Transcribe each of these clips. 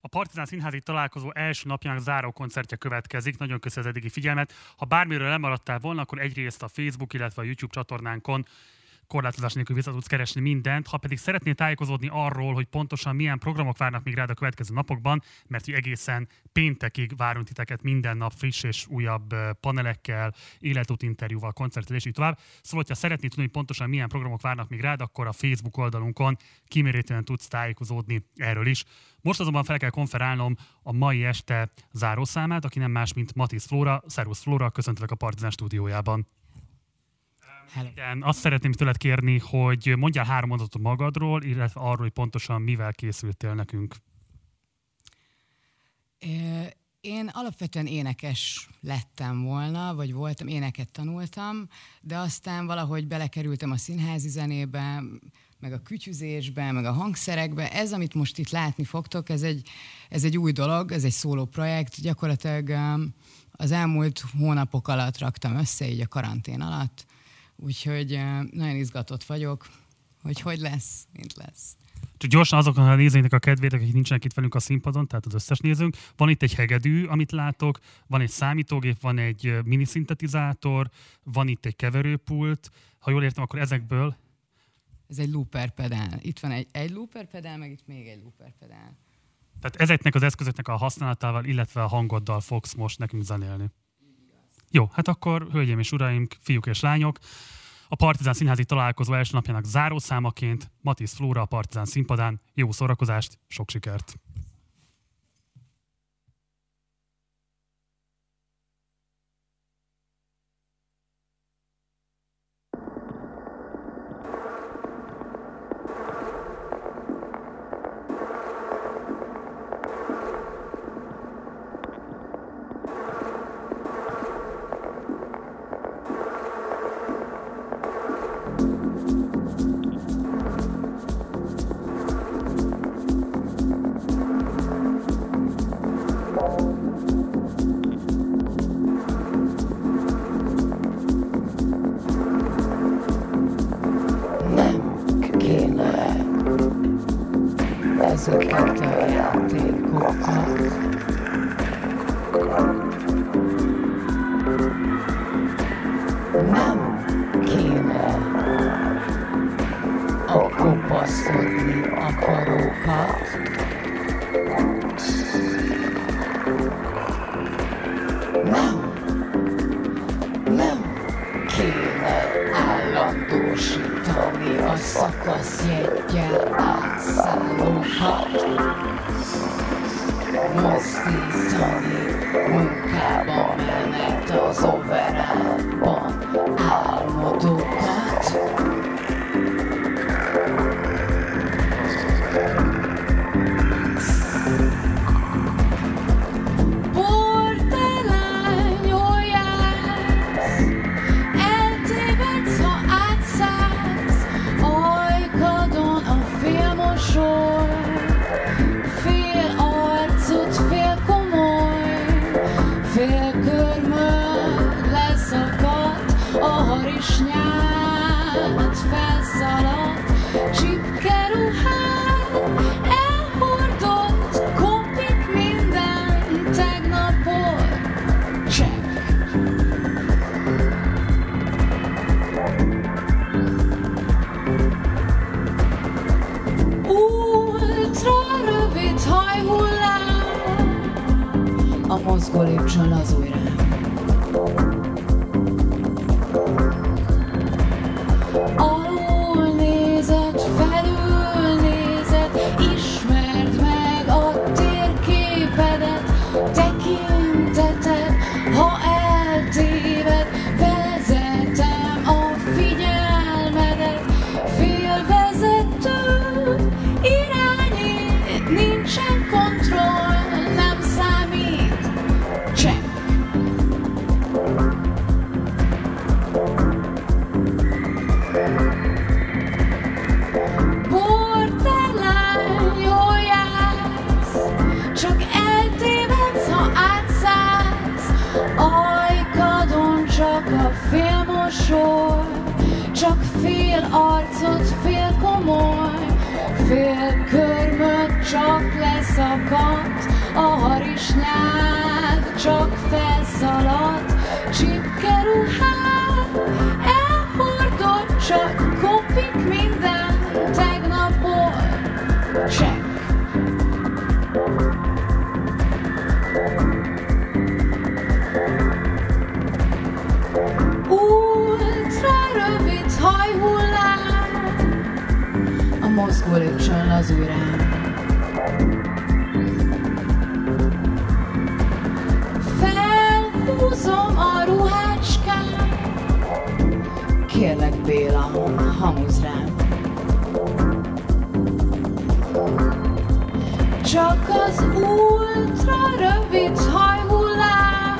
Partizán Színházi találkozó első napjának záró koncertje következik. Nagyon köszönöm az eddigi figyelmet. Ha bármiről lemaradtál volna, akkor egyrészt a Facebook, illetve a YouTube csatornánkon korlátozás nélkül vissza tudsz keresni mindent. Ha pedig szeretnél tájékozódni arról, hogy pontosan milyen programok várnak még rád a következő napokban, mert hogy egészen péntekig várunk titeket minden nap friss és újabb panelekkel, életút interjúval, koncerttel és így tovább. Szóval, ha szeretnéd tudni, hogy pontosan milyen programok várnak még rád, akkor a Facebook oldalunkon kimérhetően tudsz tájékozódni erről is. Most azonban fel kell konferálnom a mai este zárószámát, aki nem más, mint Matisz Flóra. Szervusz Flóra, köszöntelek a Partizán stúdiójában. Igen, azt szeretném tőled kérni, hogy mondjál 3 mondatot magadról, illetve arról, hogy pontosan mivel készültél nekünk. Én alapvetően énekes lettem volna, vagy voltam, éneket tanultam, de aztán valahogy belekerültem a színházi zenébe, meg a kütyüzésbe, meg a hangszerekbe. Ez, amit most itt látni fogtok, ez egy új dolog, ez egy szóló projekt. Gyakorlatilag az elmúlt hónapok alatt raktam össze, így a karantén alatt. Úgyhogy nagyon izgatott vagyok, hogy lesz, mint lesz. Csak gyorsan azoknak a nézőinknek a kedvének, akik nincsenek itt velünk a színpadon, tehát az összes nézőnk. Van itt egy hegedű, amit látok, van egy számítógép, van egy mini szintetizátor, van itt egy keverőpult. Ha jól értem, akkor ezekből... Ez egy looper pedál. Itt van egy looper pedál, meg itt még egy looper pedál. Tehát ezeknek az eszközöknek a használatával, illetve a hangoddal fogsz most nekünk zenélni. Jó, hát akkor, hölgyeim és uraim, fiúk és lányok, a Partizán Színházi találkozó első napjának zárószámaként Matisz Flóra a Partizán színpadán. Jó szórakozást, sok sikert! Ezeket a játékokat nem kéne a kopaszodni akarókat. Nem kéne állandósítani a szakaszjeggyel átszállókat, mozdítani munkába menet az overálban álmodókat. Mozgó lépcsőn lazulj rám. Alul nézed, felül nézed, ismerd meg a térképedet, tekinteted, ha eltéved, vezetem a figyelmedet, félvezető irányít, nincsen kontroll, nem számít. Check. Borderline, jól jársz, csak eltévedsz, ha átszállsz. Ajkadon csak a félmosoly, csak fél arcot, fél komoly, fél körmöd csak lesz megszakadt a harisnyád, csak felszaladt, csipke ruhád, elhordott, csak kopik minden, tegnap volt csekk. Ultra rövid hajhullám, a mozgó lépcsőn lazúrán. Felhúzom a ruhácskát, kérlek Béla, hamuzd rám. Csak az ultra rövid hajhullám,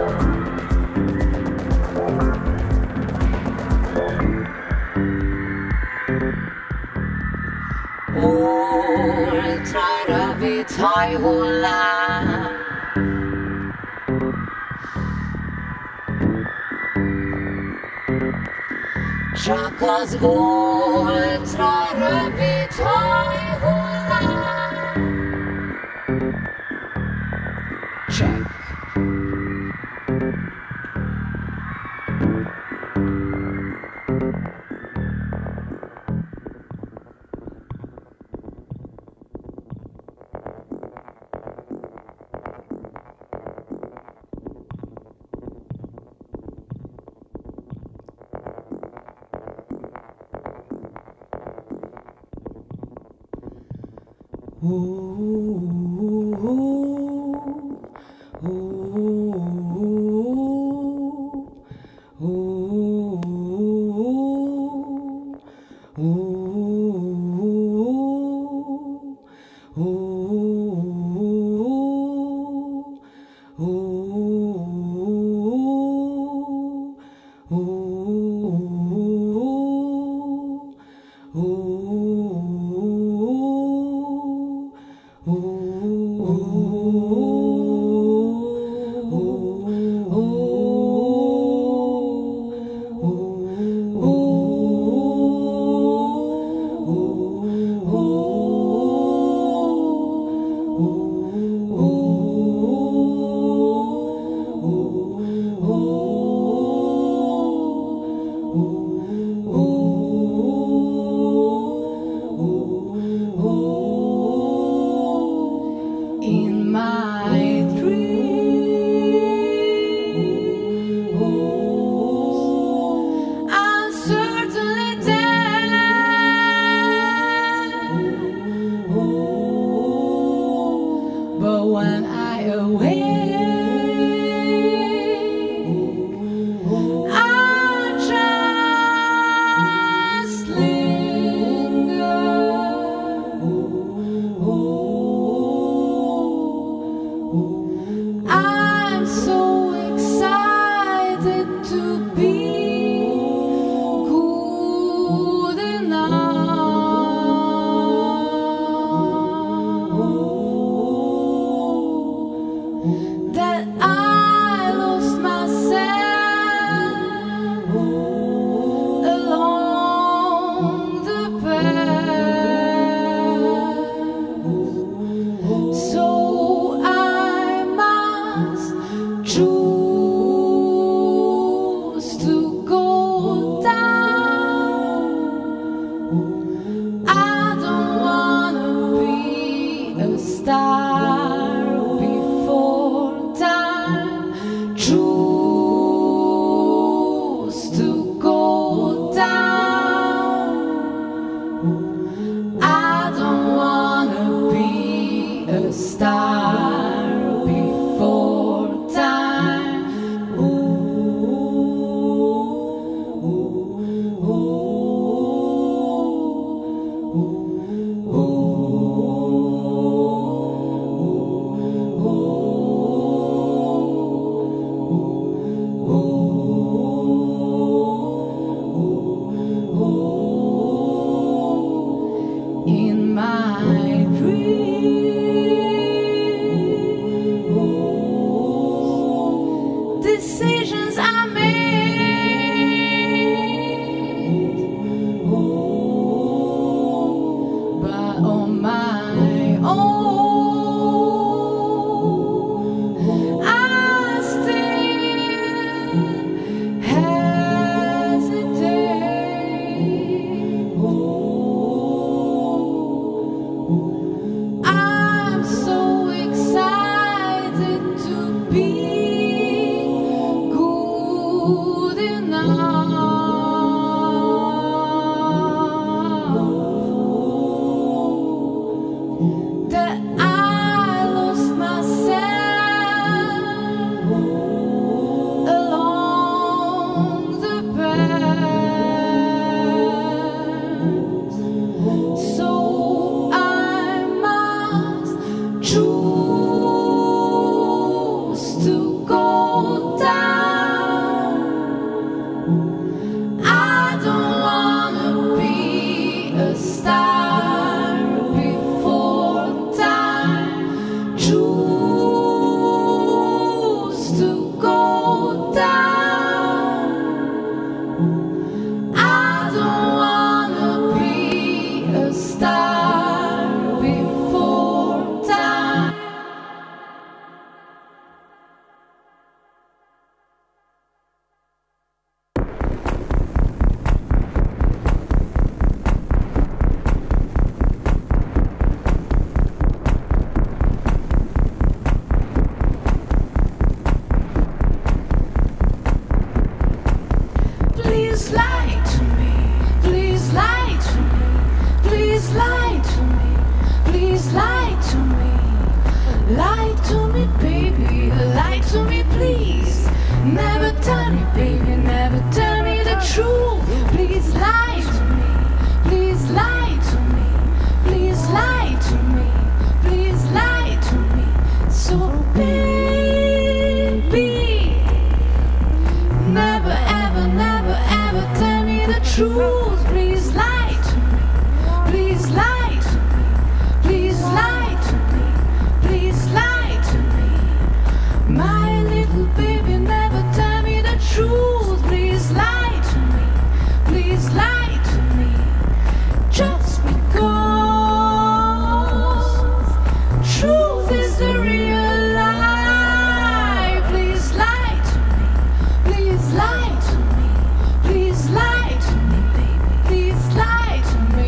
ultra rövid hajhullám. Csak az ultra rövid hajhullám. Check. In my dreams Lie to me, baby, lie to me, please. Never tell me, baby, never tell me the truth. Please lie to me, please lie to me, please lie to me, please lie to me. So baby, never ever, never ever tell me the truth. Please lie to me, please lie to me, please lie to me, please lie to me. My little baby, never tell me the truth. Please lie to me, please lie to me. Just because truth is the real lie. Please lie to me, please lie to me, please lie to me, baby, please lie to me.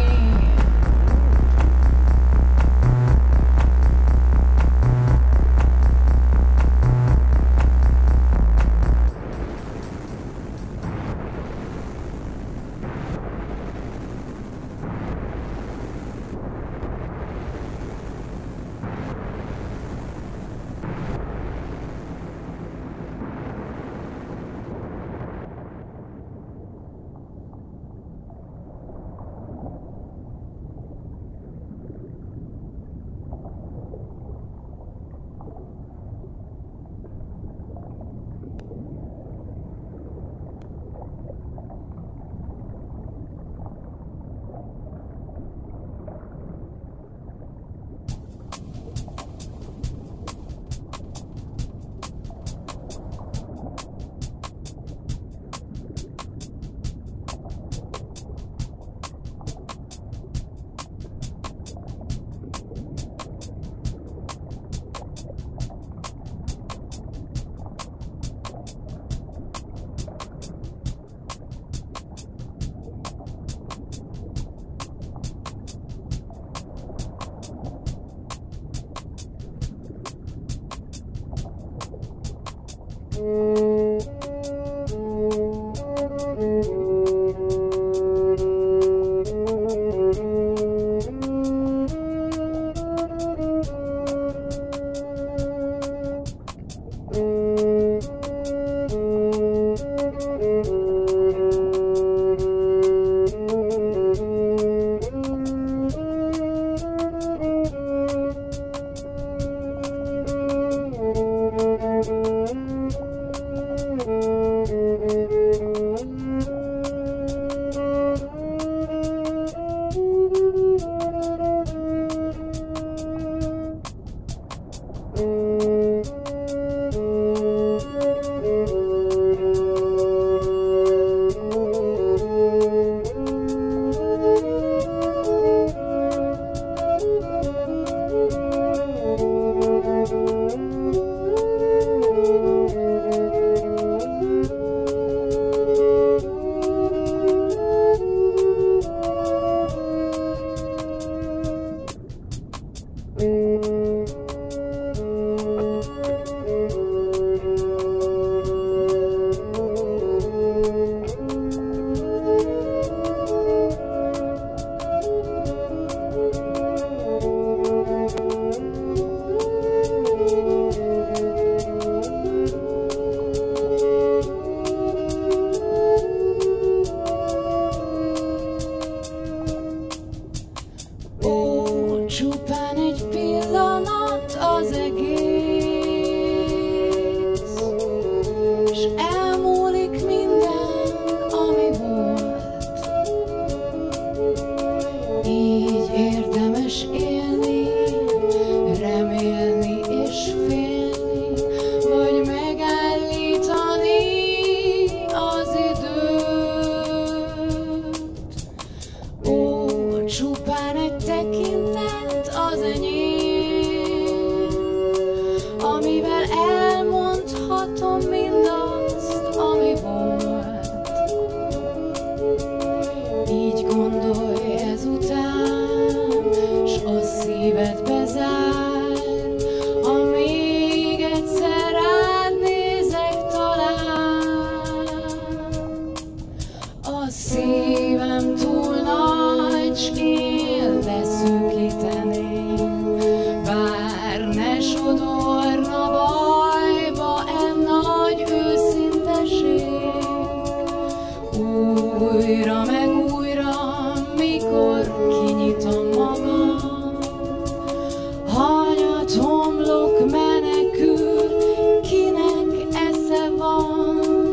újra meg újra, mikor kinyitom magam, hanyat homlok menekül, kinek esze van.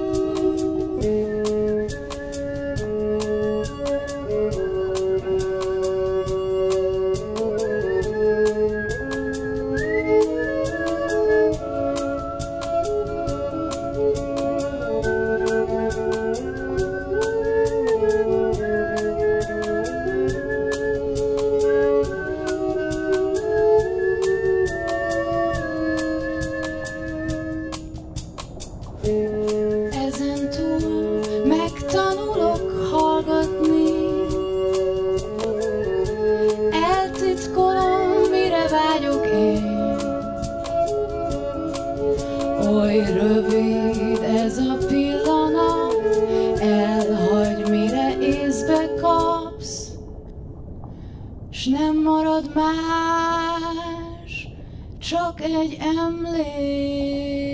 Ezentúl megtanulok hallgatni, eltitkolom, mire vágyok én. Oly rövid ez a pillanat, elhagy, mire észbe kapsz, s nem marad más, csak egy emlék.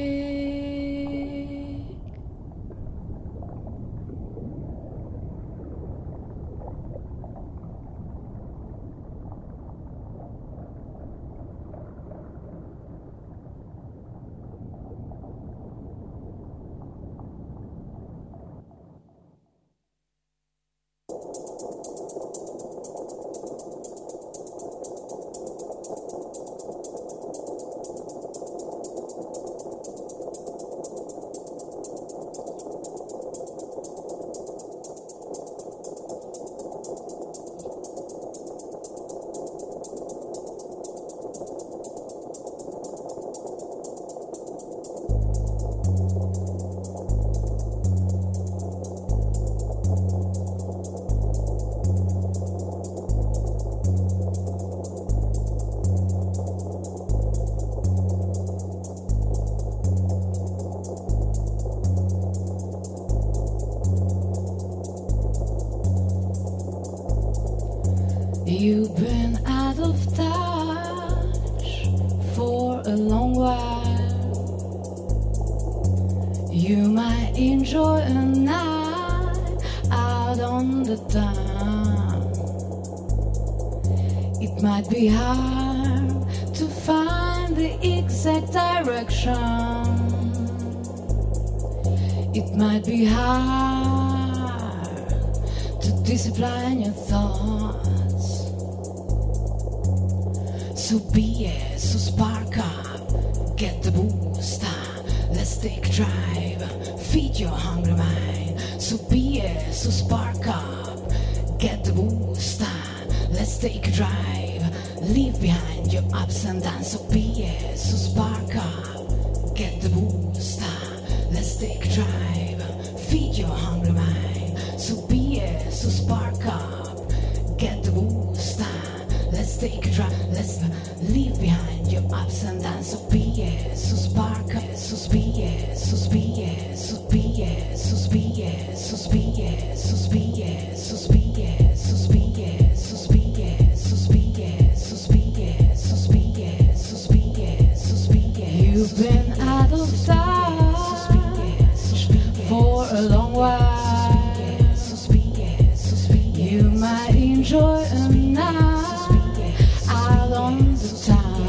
You've been out of touch for a long while. You might enjoy a night out on the town. It might be hard to find the exact direction. It might be hard to discipline your thoughts. So be it, so spark up, get the boost on, let's take a drive, feed your hungry mind. So be it, so spark up, get the boost on, let's take a drive, leave behind your ups and downs. So be it, so spark up, get the boost on, let's take a drive, feed your hungry mind. So be it, so spark up, get the boost on, let's take a drive, let's leave behind your ups and downs. So be it, so spark up, so be it, so be it, so be it, so be it, so be it, so be it, so be it, so be it, so be it, so be it, so be it, so be it, so be it, so be it. You've been out of touch for a long while. You might enjoy a night out on the town.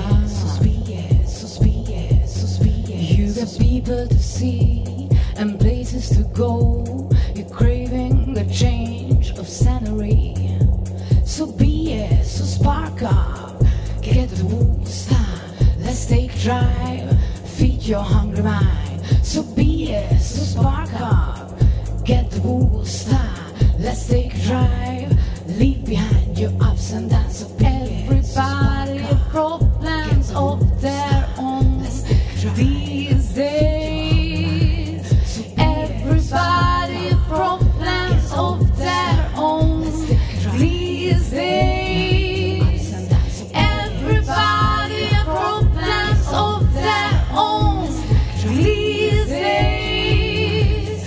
You got people to see and places to go. You're craving a change of scenery. So be it, so spark up, get the boost on, let's take a drive, feed your hungry mind. So be it, so spark up, get the boost on, let's take a drive, leave behind your ups and downs. So everybody has problems of their own these days. Everybody has problems of their own these days. Everybody has problems of their own these days.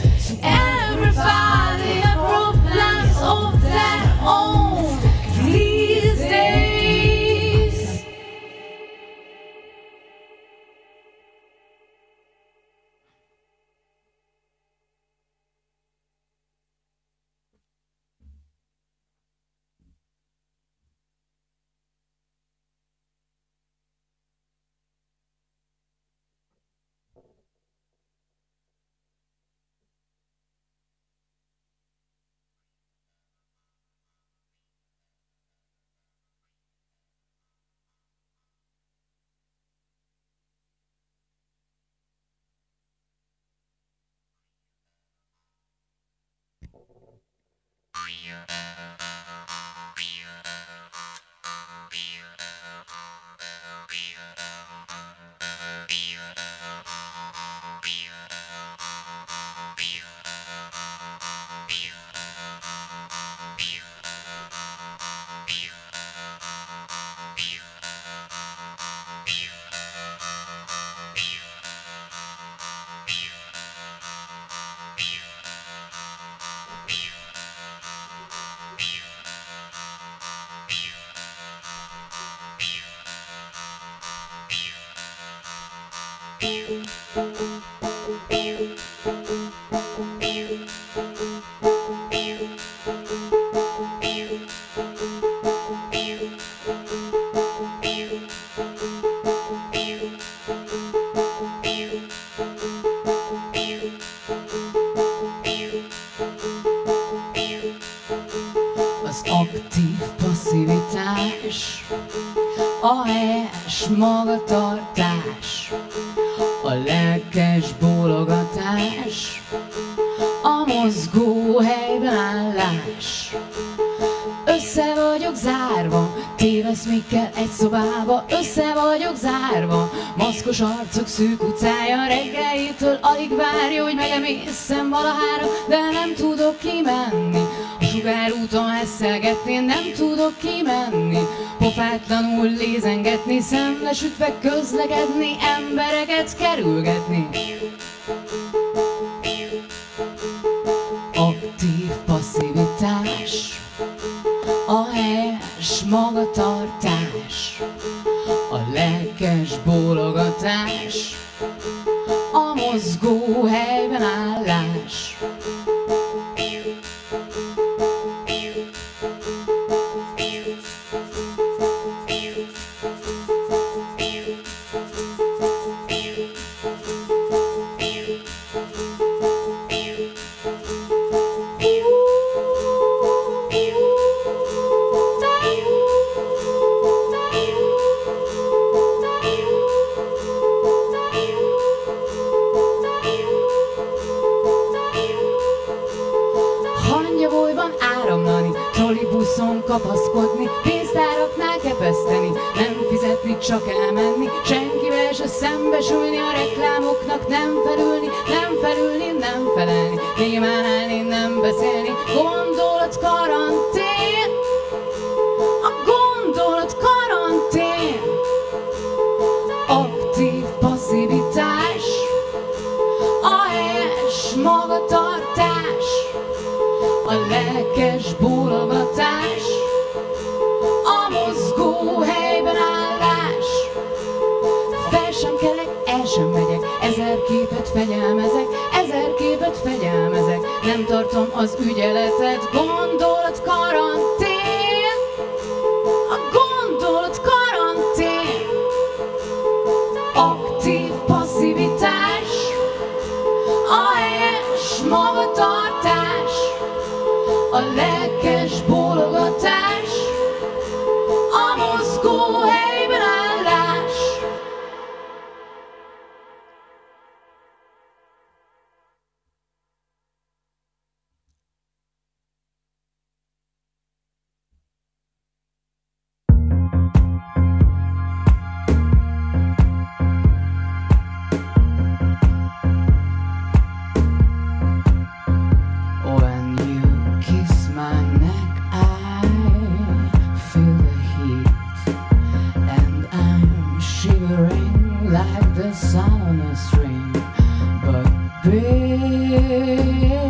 Everybody has problems of their own these days. Az aktív passzivitás, a helyes magatartás, a lelkes bólogatás, a mozgó helyben állás. Össze vagyok zárva, tévesz még kell egy szobába. Össze vagyok zárva, maszkos arcok szűk utcája. Reggelitől alig várja, hogy megemészem valahára, de nem tudok kimenni. A sugárúton hesszelgetni, nem tudok kimenni. Pofátlanul lézengetni, szemlesütve közlekedni, embereket kerülgetni. Aktív passzivitás, a helyes magatartás, a lelkes bólogatás, a mozgó helyben állás. Hangyabolyban áramlani, trollibuszon kapaszkodni, pénztáraknál kepeszteni, nem fizetni, csak elmenni, senkivel se szembesülni, a reklámoknak nem felülni, nem felülni, nem felelni, némán állni, nem beszélni. Gondolat karantén, a gondolat karantén. Aktív passzivitás, a helyes magatartás, a lelkes bólogatás, a mozgó helyben állás. Fel sem kelek, el sem megyek, 1000 képet fegyelmezek, 1000 képet fegyelmezek, nem tartom az ügyeletet. Gondolat karantén, a gondolat karantén. Aktív passzivitás, a helyes magatartás, a lelkes bólogatás, a mozgó helyben állás. When you kiss my neck, I feel the heat, and I'm shivering like the sun on a string. But babe,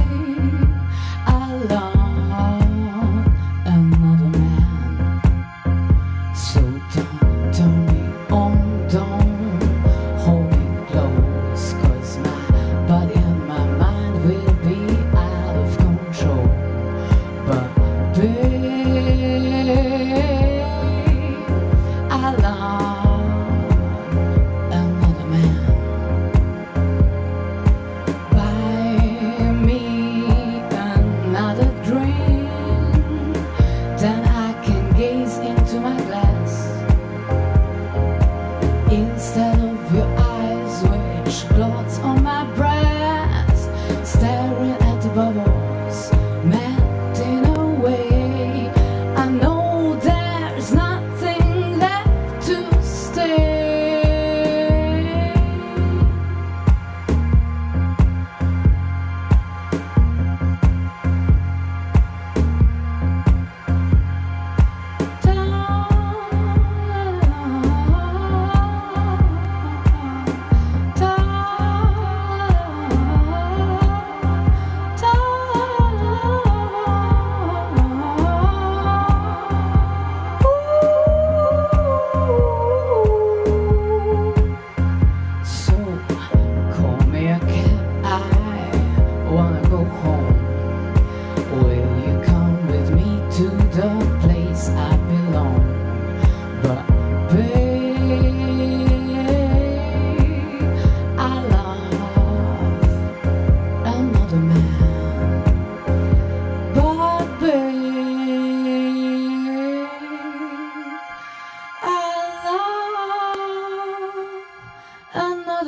I love another man, so don't turn me on, don't hold me close, 'cause my body and my mind will be out of control. But babe, I love another man. Bye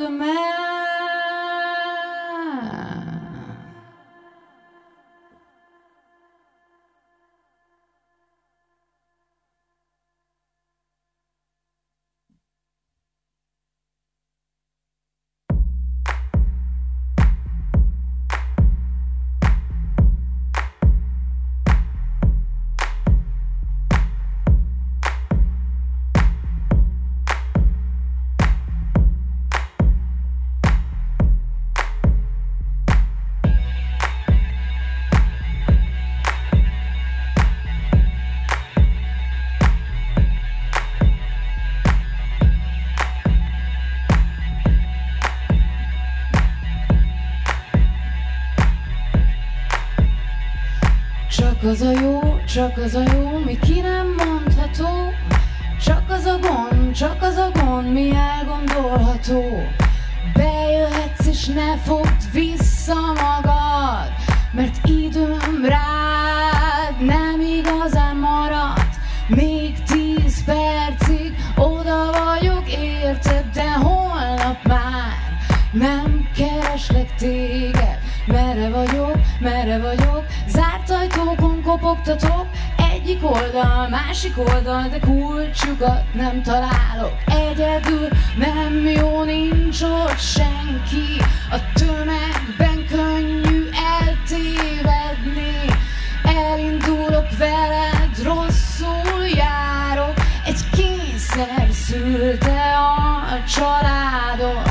the man. Csak az a jó, mi ki nem mondható. Csak az a gond, mi elgondolható. Bejöhetsz és ne fogd vissza magad, mert időm rád nem igazán maradt. Még 10 percig oda vagyok érted, de holnap már nem kereslek téged. Merre vagyok, zárt ajtókon kopogtatok. Egyik oldal, másik oldal, de kulcsukat nem találok. Egyedül nem jó, nincs ott senki. A tömegben könnyű eltévedni. Elindulok veled, rosszul járok. Egy kényszer szülte a családot.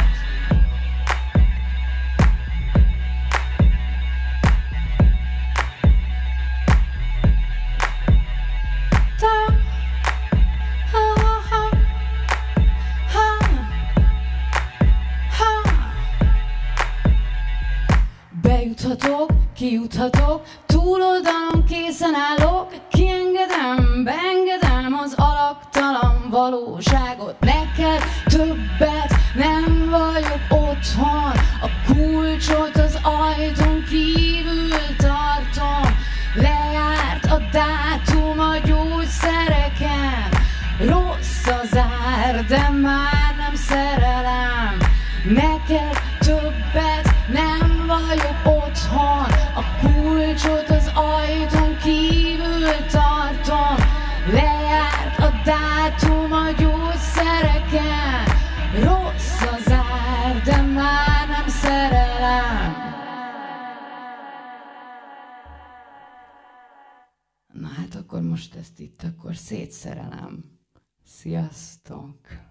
Bejuthatok, kijuthatok, túloldalon készen állok. Kiengedem, beengedem az alaktalan valóságot. Neked többet nem vagyok otthon. A kulcsot az ajtón kívül tartom. Lejárt a dátum a gyógyszereken. Rossz az ár, de már nem szerelem. Neked többet nem vagyok otthon. A kulcsot az ajtón kívül tartom. Lejárt a dátum a gyógyszereken. Rossz az ár, de már nem szerelem. Na hát akkor most ezt itt akkor szétszerelem. Sziasztok!